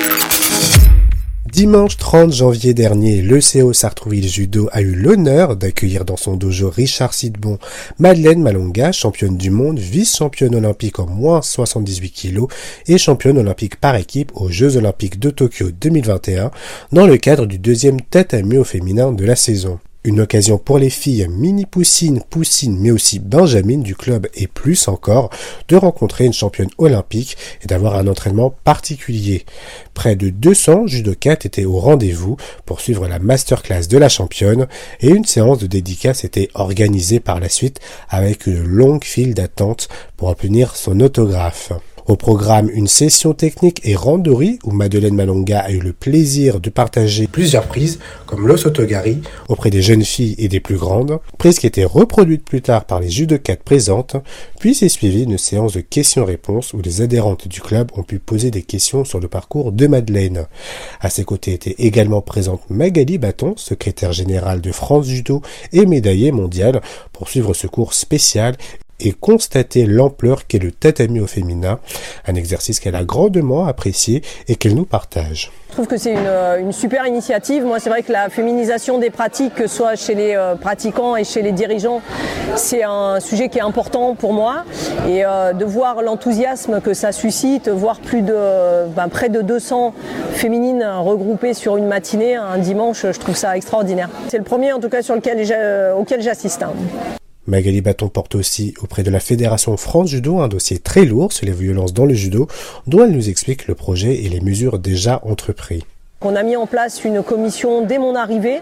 Dimanche 30 janvier dernier, le CO Sartrouville Judo a eu l'honneur d'accueillir dans son dojo Richard Sidbon Madeleine Malonga, championne du monde, vice-championne olympique en moins 78 kg et championne olympique par équipe aux Jeux Olympiques de Tokyo 2021 dans le cadre du deuxième tatami au féminin de la saison. Une occasion pour les filles Mini Poussine, Poussine, mais aussi Benjamin du club et plus encore, de rencontrer une championne olympique et d'avoir un entraînement particulier. Près de 200 judokates étaient au rendez-vous pour suivre la masterclass de la championne et une séance de dédicace était organisée par la suite avec une longue file d'attente pour obtenir son autographe. Au programme, une session technique et randori où Madeleine Malonga a eu le plaisir de partager plusieurs prises comme l'osotogari auprès des jeunes filles et des plus grandes, prise qui était reproduite plus tard par les judokates présentes, puis s'est suivie une séance de questions-réponses où les adhérentes du club ont pu poser des questions sur le parcours de Madeleine. À ses côtés était également présente Magali Baton, secrétaire générale de France Judo et médaillée mondiale, pour suivre ce cours spécial et constater l'ampleur qu'est le tatami au féminin, un exercice qu'elle a grandement apprécié et qu'elle nous partage. Je trouve que c'est une super initiative. Moi, c'est vrai que la féminisation des pratiques, que ce soit chez les pratiquants et chez les dirigeants, c'est un sujet qui est important pour moi. Et de voir l'enthousiasme que ça suscite, voir près de 200 féminines regroupées sur une matinée, un dimanche, je trouve ça extraordinaire. C'est le premier, en tout cas, auquel j'assiste. Magali Baton porte aussi auprès de la Fédération France Judo un dossier très lourd sur les violences dans le judo, dont elle nous explique le projet et les mesures déjà entreprises. On a mis en place une commission dès mon arrivée.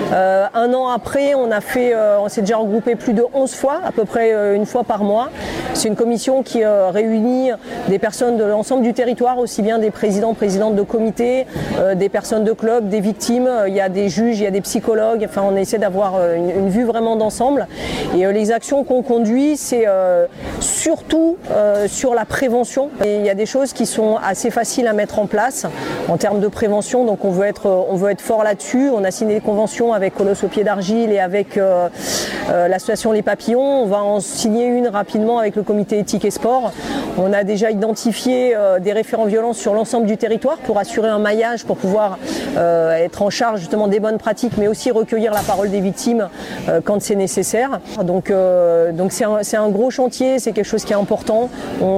Un an après, on s'est déjà regroupé plus de 11 fois, à peu près une fois par mois. C'est une commission qui réunit des personnes de l'ensemble du territoire, aussi bien des présidentes de comités, des personnes de club, des victimes. Il y a des juges, il y a des psychologues. Enfin, on essaie d'avoir une vue vraiment d'ensemble. Et les actions qu'on conduit, c'est surtout sur la prévention. Et il y a des choses qui sont assez faciles à mettre en place en termes de prévention. Donc on veut être fort là-dessus. On a signé des conventions avec Colosse au pied d'argile et avec l'association Les Papillons. On va en signer une rapidement avec le comité éthique et sport. On a déjà identifié des référents violences sur l'ensemble du territoire pour assurer un maillage, pour pouvoir être en charge justement des bonnes pratiques, mais aussi recueillir la parole des victimes quand c'est nécessaire. Donc c'est un gros chantier, c'est quelque chose qui est important.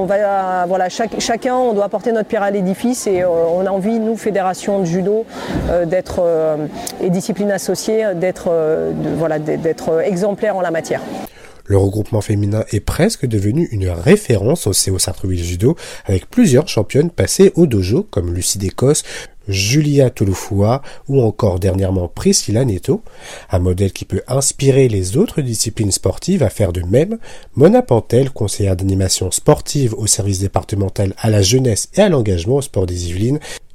Chacun, on doit apporter notre pierre à l'édifice et on a envie, nous, fédération de judo, et disciplines associées, d'être exemplaires en la matière. Le regroupement féminin est presque devenu une référence au CO Sartrouville Judo, avec plusieurs championnes passées au dojo, comme Lucie Descosses, Julia Touloufua ou encore dernièrement Priscilla Neto, un modèle qui peut inspirer les autres disciplines sportives à faire de même. Mona Pantel, conseillère d'animation sportive au service départemental à la jeunesse et à l'engagement au sport des Yvelines,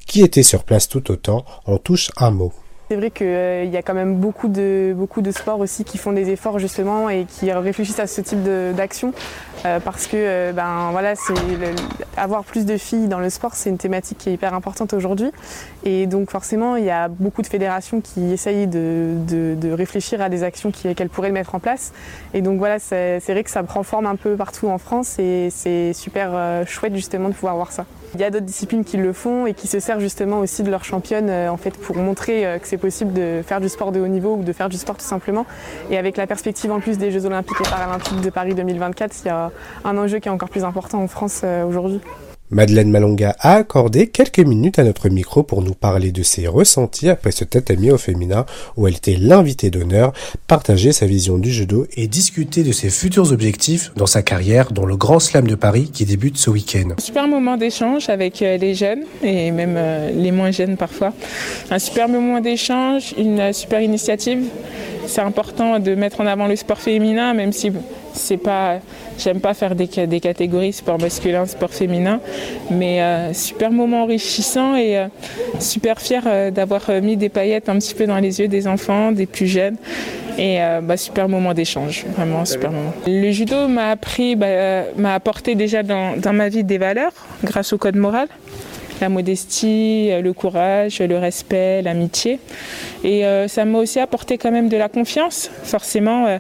qui étaient sur place tout autant, en touchent un mot. C'est vrai qu'il y a quand même beaucoup de sports aussi qui font des efforts justement et qui réfléchissent à ce type d'action parce que avoir plus de filles dans le sport, c'est une thématique qui est hyper importante aujourd'hui et donc forcément il y a beaucoup de fédérations qui essayent de réfléchir à des actions qu'elles pourraient mettre en place et donc voilà, c'est vrai que ça prend forme un peu partout en France et c'est super chouette justement de pouvoir voir ça. Il y a d'autres disciplines qui le font et qui se servent justement aussi de leur championne en fait pour montrer que c'est possible de faire du sport de haut niveau ou de faire du sport tout simplement. Et avec la perspective en plus des Jeux Olympiques et Paralympiques de Paris 2024, il y a un enjeu qui est encore plus important en France aujourd'hui. Madeleine Malonga a accordé quelques minutes à notre micro pour nous parler de ses ressentis après ce tatami au féminin où elle était l'invitée d'honneur, partager sa vision du judo et discuter de ses futurs objectifs dans sa carrière dans le Grand Slam de Paris qui débute ce week-end. Super moment d'échange avec les jeunes et même les moins jeunes parfois. Un super moment d'échange, une super initiative. C'est important de mettre en avant le sport féminin même si j'aime pas faire des catégories sport masculin, sport féminin, mais super moment enrichissant et super fier d'avoir mis des paillettes un petit peu dans les yeux des enfants, des plus jeunes et super moment d'échange, vraiment super moment. Le judo m'a apporté déjà dans ma vie des valeurs grâce au code moral. La modestie, le courage, le respect, l'amitié. Et ça m'a aussi apporté quand même de la confiance, forcément,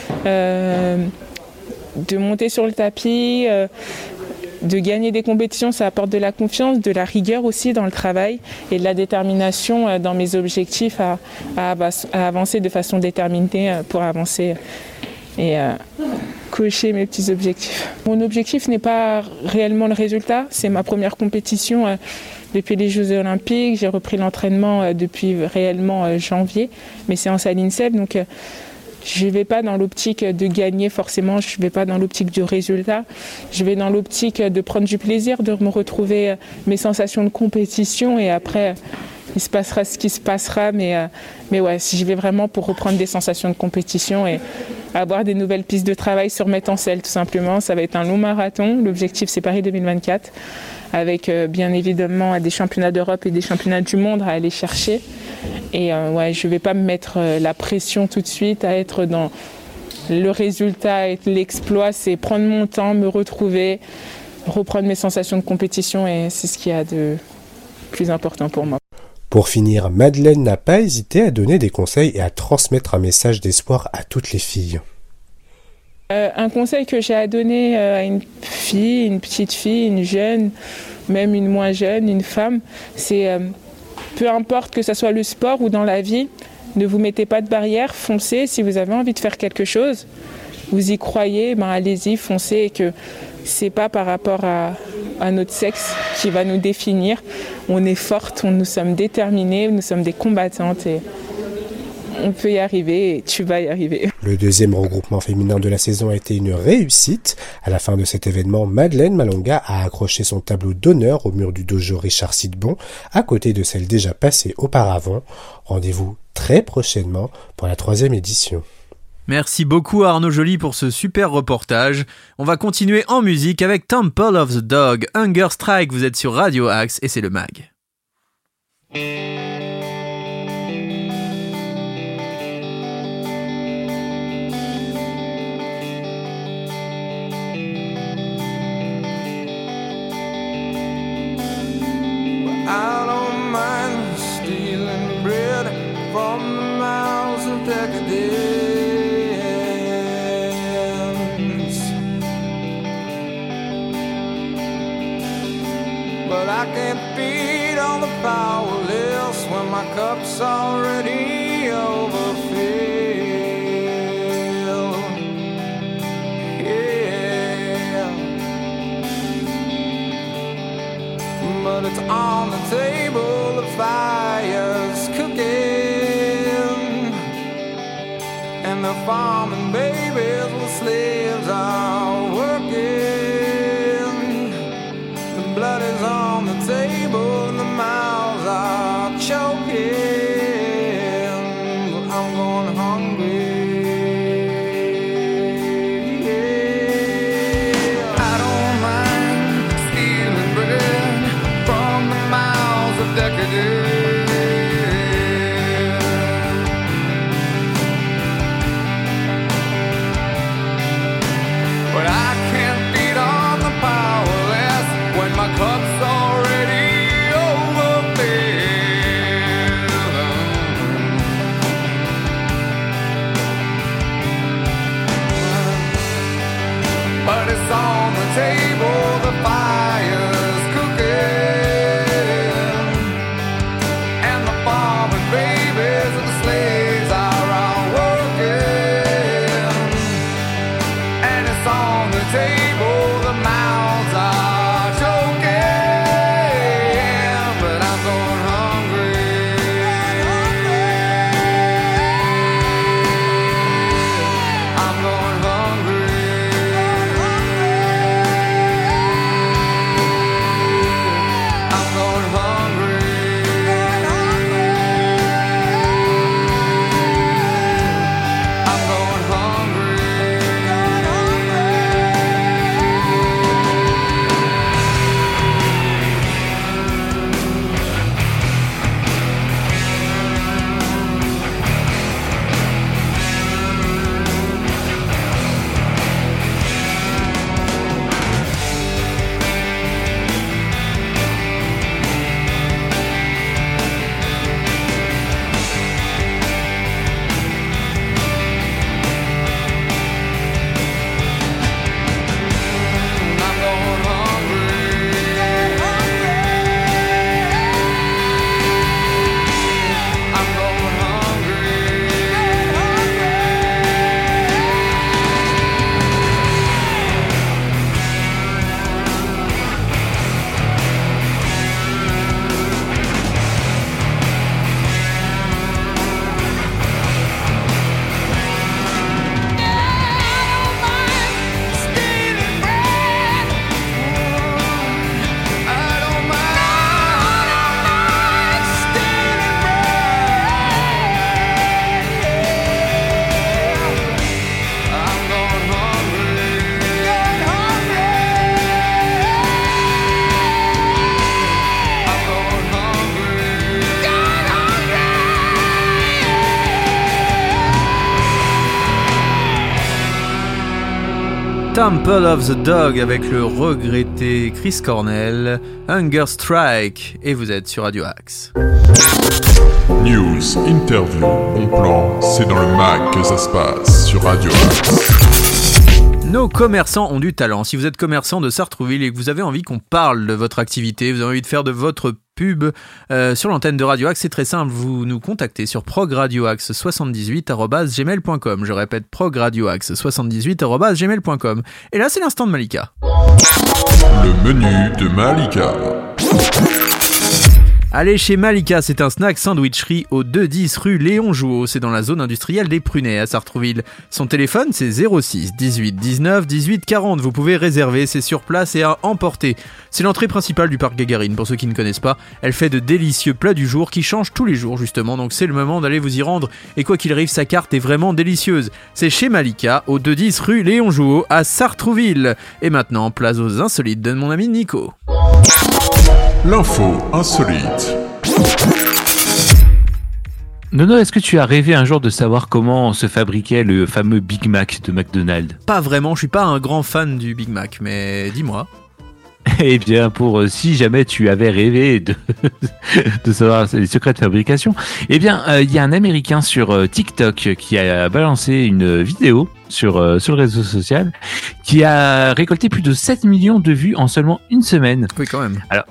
de monter sur le tapis, de gagner des compétitions, ça apporte de la confiance, de la rigueur aussi dans le travail et de la détermination dans mes objectifs à avancer de façon déterminée pour avancer et cocher mes petits objectifs. Mon objectif n'est pas réellement le résultat, c'est ma première compétition depuis les Jeux Olympiques. J'ai repris l'entraînement depuis réellement janvier, mes séances à l'INSEP, donc je ne vais pas dans l'optique de gagner forcément, je ne vais pas dans l'optique du résultat, je vais dans l'optique de prendre du plaisir, de me retrouver mes sensations de compétition et après il se passera ce qui se passera, mais ouais, si je vais vraiment pour reprendre des sensations de compétition et avoir des nouvelles pistes de travail sur mes tencelles tout simplement. Ça va être un long marathon, l'objectif c'est Paris 2024 avec bien évidemment des championnats d'Europe et des championnats du monde à aller chercher et ouais, je ne vais pas me mettre la pression tout de suite à être dans le résultat et l'exploit, c'est prendre mon temps, me retrouver, reprendre mes sensations de compétition et c'est ce qu'il y a de plus important pour moi. Pour finir, Madeleine n'a pas hésité à donner des conseils et à transmettre un message d'espoir à toutes les filles. Un conseil que j'ai à donner à une fille, une petite fille, une jeune, même une moins jeune, une femme, c'est peu importe que ce soit le sport ou dans la vie, ne vous mettez pas de barrière, foncez. Si vous avez envie de faire quelque chose, vous y croyez, allez-y, foncez et que c'est pas par rapport à notre sexe qui va nous définir. On est fortes, nous sommes déterminées, nous sommes des combattantes et on peut y arriver et tu vas y arriver. Le deuxième regroupement féminin de la saison a été une réussite. À la fin de cet événement, Madeleine Malonga a accroché son tableau d'honneur au mur du dojo Richard Sidbon, à côté de celle déjà passée auparavant. Rendez-vous très prochainement pour la 3e édition. Merci beaucoup à Arnaud Joly pour ce super reportage. On va continuer en musique avec Temple of the Dog, Hunger Strike. Vous êtes sur Radio Axe et c'est le MAG. I don't mind stealing bread from the mouths of decadence, but I can't feed all the powerless when my cup's already overfilled. Yeah, but it's on the table, the fire's cooking, and the farming babies with slaves are working. The blood is on the table and the mouths are choking. I'm going hungry. I don't mind stealing bread from the mouths of Temple of the Dog avec le regretté Chris Cornell, Hunger Strike, et vous êtes sur Radio Axe. News, interview, bon plan, c'est dans le mag que ça se passe sur Radio Axe. Nos commerçants ont du talent. Si vous êtes commerçant de Sartrouville et que vous avez envie qu'on parle de votre activité, vous avez envie de faire de votre pub sur l'antenne de Radio Axe, c'est très simple, vous nous contactez sur progradioaxe78@gmail.com. Je répète, progradioaxe78@gmail.com. Et là, c'est l'instant de Malika. Le menu de Malika. Allez chez Malika, c'est un snack sandwicherie au 210 rue Léon Jouot, c'est dans la zone industrielle des Prunets à Sartrouville. Son téléphone c'est 06 18 19 18 40, vous pouvez réserver, c'est sur place et à emporter. C'est l'entrée principale du parc Gagarine, pour ceux qui ne connaissent pas, elle fait de délicieux plats du jour qui changent tous les jours justement, donc c'est le moment d'aller vous y rendre et quoi qu'il arrive, sa carte est vraiment délicieuse. C'est chez Malika, au 210 rue Léon Jouot à Sartrouville. Et maintenant, place aux insolites de mon ami Nico. L'info insolite. Nono, est-ce que tu as rêvé un jour de savoir comment se fabriquait le fameux Big Mac de McDonald's ? Pas vraiment, je suis pas un grand fan du Big Mac, mais dis-moi. Eh bien, si jamais tu avais rêvé de savoir les secrets de fabrication, eh bien, il y a un Américain sur TikTok qui a balancé une vidéo sur le réseau social qui a récolté plus de 7 millions de vues en seulement une semaine. Oui, quand même. Alors,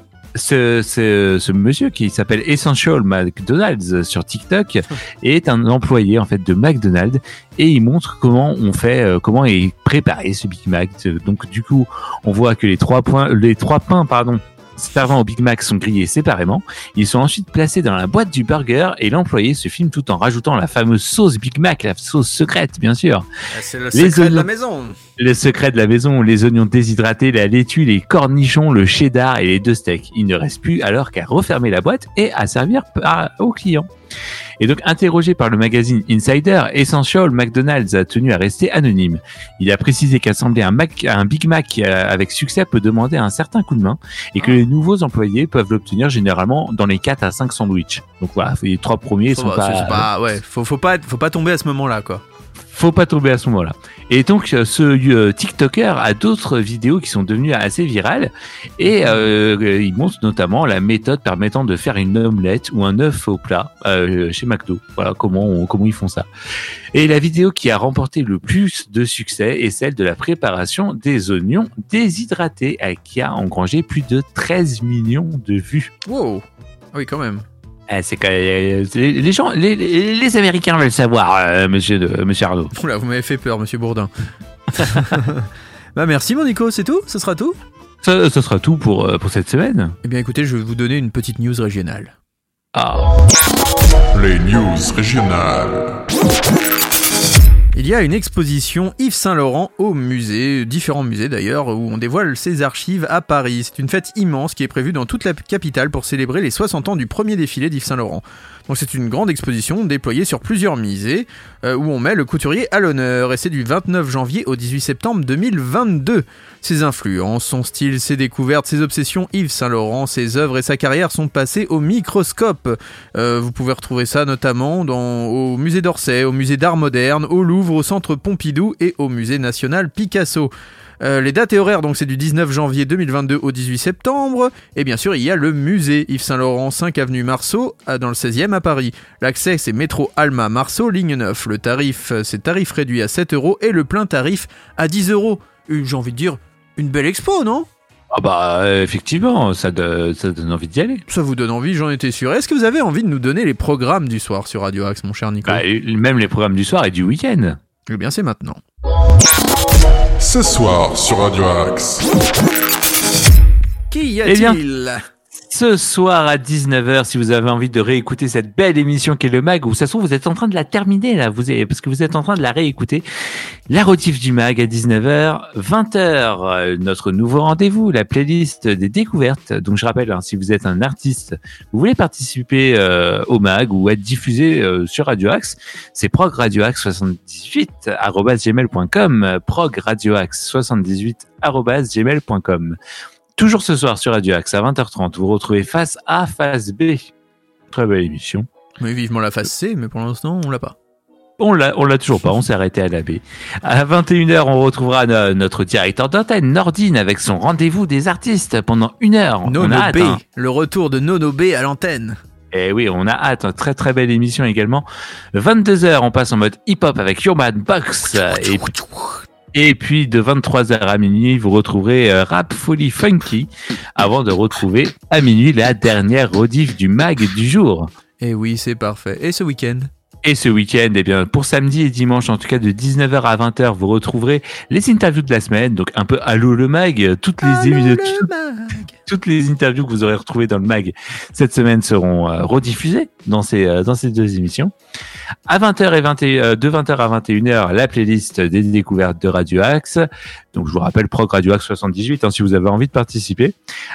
ce monsieur qui s'appelle Essential McDonald's sur TikTok est un employé en fait de McDonald's et il montre comment on fait, comment est préparé ce Big Mac. Donc du coup, on voit que les trois pains, servant au Big Mac sont grillés séparément. Ils sont ensuite placés dans la boîte du burger et l'employé se filme tout en rajoutant la fameuse sauce Big Mac, la sauce secrète bien sûr. C'est le secret de la maison. Le secret de la maison, les oignons déshydratés, la laitue, les cornichons, le cheddar et les 2 steaks. Il ne reste plus alors qu'à refermer la boîte et à servir aux clients. Et donc, interrogé par le magazine Insider, Essential McDonald's a tenu à rester anonyme. Il a précisé qu'assembler un Big Mac avec succès peut demander un certain coup de main et que les nouveaux employés peuvent l'obtenir généralement dans les 4 à 5 sandwichs. Donc voilà, les 3 premiers sont pas... Faut pas tomber à ce moment-là, quoi. Faut pas tomber à ce moment-là. Et donc, ce TikToker a d'autres vidéos qui sont devenues assez virales et il montre notamment la méthode permettant de faire une omelette ou un œuf au plat chez McDo. Voilà comment ils font ça. Et la vidéo qui a remporté le plus de succès est celle de la préparation des oignons déshydratés qui a engrangé plus de 13 millions de vues. Wow. Oui, quand même. C'est quand les gens, les Américains veulent savoir, monsieur Arnaud. Oula, vous m'avez fait peur, monsieur Bourdin. Bah merci mon Nico, c'est tout ? Ce sera tout ? Ça sera tout pour cette semaine. Eh bien écoutez, je vais vous donner une petite news régionale. Les news régionales. Il y a une exposition Yves Saint-Laurent au musée, différents musées d'ailleurs, où on dévoile ses archives à Paris. C'est une fête immense qui est prévue dans toute la capitale pour célébrer les 60 ans du premier défilé d'Yves Saint-Laurent. Donc c'est une grande exposition déployée sur plusieurs musées où on met le couturier à l'honneur et c'est du 29 janvier au 18 septembre 2022. Ses influences, son style, ses découvertes, ses obsessions, Yves Saint-Laurent, ses œuvres et sa carrière sont passées au microscope. Vous pouvez retrouver ça notamment au musée d'Orsay, au musée d'art moderne, au Louvre, au centre Pompidou et au musée national Picasso. Les dates et horaires, donc c'est du 19 janvier 2022 au 18 septembre. Et bien sûr, il y a le musée Yves Saint-Laurent, 5 avenue Marceau, dans le 16e à Paris. L'accès, c'est métro Alma Marceau, ligne 9. Le tarif, c'est tarif réduit à 7 € et le plein tarif à 10 €. J'ai envie de dire, une belle expo, non ? Ah bah effectivement, ça donne envie d'y aller. Ça vous donne envie, j'en étais sûr. Est-ce que vous avez envie de nous donner les programmes du soir sur Radio Axe, mon cher Nico ? Même les programmes du soir et du week-end. Eh bien, c'est maintenant. Ce soir sur Radio Axe. Qu'y a-t-il ? Ce soir à 19h, si vous avez envie de réécouter cette belle émission qu'est le MAG, ou ça se trouve vous êtes en train de la terminer là, parce que vous êtes en train de la réécouter, la rediff du MAG à 19h, 20h, notre nouveau rendez-vous, la playlist des découvertes. Donc je rappelle, si vous êtes un artiste, vous voulez participer au MAG ou être diffusé sur Radio Axe, c'est progradioaxe78@gmail.com, progradioaxe78@gmail.com. Toujours ce soir sur Radio Axe à 20h30, vous retrouvez Face A, Face B. Très belle émission. Mais vivement la face C, mais pour l'instant, on l'a pas. On l'a toujours pas, on s'est arrêté à la baie. À 21h, on retrouvera notre directeur d'antenne, Nordine, avec son rendez-vous des artistes pendant 1 heure. Nono B, le retour de Nono B à l'antenne. Et oui, on a hâte, très très belle émission également. 22h, on passe en mode hip-hop avec Urban Box. Et puis de 23h à minuit, vous retrouverez Rap Folie Funky avant de retrouver à minuit la dernière rediff du mag du jour. Et oui, c'est parfait. Et ce week-end ? Et ce week-end, eh bien, pour samedi et dimanche, en tout cas de 19h à 20h, vous retrouverez les interviews de la semaine. Donc, un peu Allô le mag. Toutes les interviews que vous aurez retrouvées dans le mag cette semaine seront rediffusées dans ces 2 émissions. À 20h de 20h à 21h, la playlist des découvertes de Radio Axe. Donc, je vous rappelle, Prog Radio Axe 78, si vous avez envie de participer.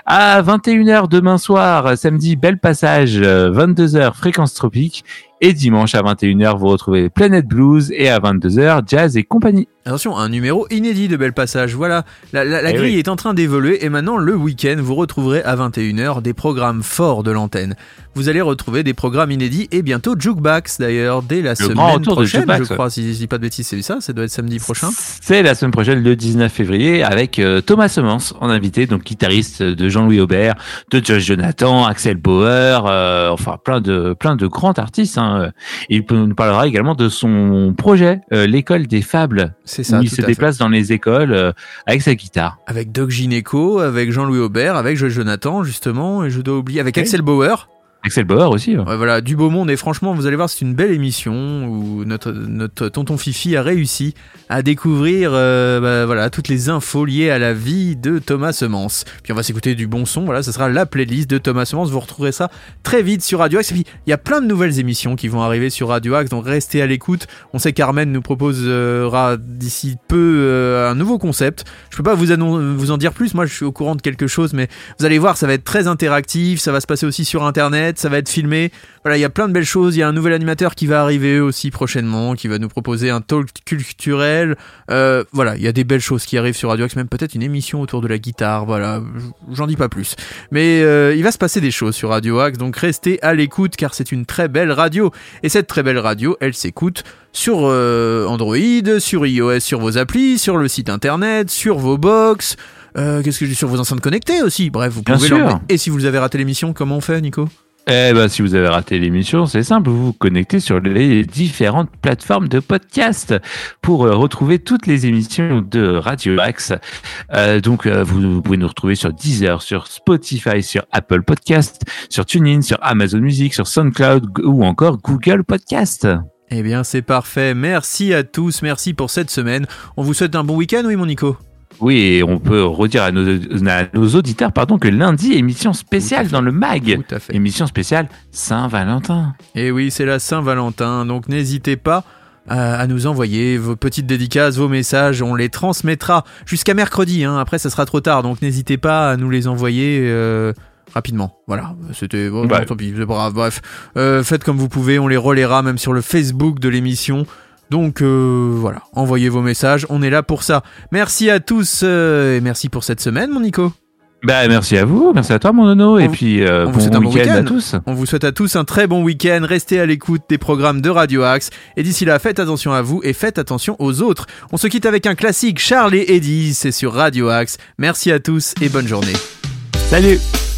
À 21h demain soir, samedi, Bel Passage, 22h, Fréquence Tropique. Et dimanche à 21h, vous retrouvez Planet Blues et à 22h, Jazz et compagnie. Attention, un numéro inédit de Bel Passage. Voilà, la grille est en train d'évoluer et maintenant, le week-end, vous retrouverez à 21h des programmes forts de l'antenne. Vous allez retrouver des programmes inédits et bientôt Jukebox d'ailleurs, dès la semaine prochaine, je crois, si je dis pas de bêtises, c'est ça doit être samedi prochain. C'est la semaine prochaine, le 19 février, avec Thomas Semence en invité, donc guitariste de Jean-Louis Aubert, de Josh Jonathan, Axel Bauer, enfin plein de grands artistes. Il nous parlera également de son projet, l'école des fables. C'est ça, où il se déplace dans les écoles avec sa guitare. Avec Doc Gineco, avec Jean-Louis Aubert, avec Josh Jonathan justement, et je dois oublier, avec Axel Bauer. Axel Bauer aussi. Ouais, voilà, du beau monde, et franchement, vous allez voir, c'est une belle émission où notre tonton Fifi a réussi à découvrir toutes les infos liées à la vie de Thomas Semence. Puis on va s'écouter du bon son, voilà, ça sera la playlist de Thomas Semence, vous retrouverez ça très vite sur Radio Axe. Et puis, il y a plein de nouvelles émissions qui vont arriver sur Radio Axe, donc restez à l'écoute. On sait qu'Armen nous proposera d'ici peu un nouveau concept. Je peux pas vous en dire plus, moi je suis au courant de quelque chose, mais vous allez voir, ça va être très interactif, ça va se passer aussi sur Internet, ça va être filmé. Voilà, il y a plein de belles choses. Il y a un nouvel animateur qui va arriver aussi prochainement, qui va nous proposer un talk culturel. Voilà, il y a des belles choses qui arrivent sur Radio Axe, même peut-être une émission autour de la guitare. Voilà, j'en dis pas plus. Mais il va se passer des choses sur Radio Axe, donc restez à l'écoute car c'est une très belle radio. Et cette très belle radio, elle s'écoute sur Android, sur iOS, sur vos applis, sur le site internet, sur vos box. Qu'est-ce que je dis, sur vos enceintes connectées aussi. Bref, vous pouvez l'emmener. Et si vous avez raté l'émission, comment on fait, Nico ? Si vous avez raté l'émission, c'est simple, vous vous connectez sur les différentes plateformes de podcast pour retrouver toutes les émissions de Radio Axe. Donc, vous pouvez nous retrouver sur Deezer, sur Spotify, sur Apple Podcast, sur TuneIn, sur Amazon Music, sur SoundCloud ou encore Google Podcast. Eh bien, c'est parfait. Merci à tous, merci pour cette semaine. On vous souhaite un bon week-end, oui, mon Nico ? Oui, et on peut redire à nos auditeurs que lundi, émission spéciale dans le MAG. Tout à fait. Émission spéciale Saint-Valentin. Et oui, c'est la Saint-Valentin, donc n'hésitez pas à nous envoyer vos petites dédicaces, vos messages. On les transmettra jusqu'à mercredi, après ça sera trop tard, donc n'hésitez pas à nous les envoyer rapidement. Voilà, c'était tant pis, c'est pas grave. Bref, faites comme vous pouvez, on les relaiera même sur le Facebook de l'émission. Donc voilà, envoyez vos messages, on est là pour ça. Merci à tous et merci pour cette semaine, mon Nico. Merci à vous, merci à toi, mon Nono, et puis on vous souhaite un bon week-end à tous. On vous souhaite à tous un très bon week-end, restez à l'écoute des programmes de Radio Axe, et d'ici là, faites attention à vous et faites attention aux autres. On se quitte avec un classique, Charles et Eddie, c'est sur Radio Axe. Merci à tous et bonne journée. Salut.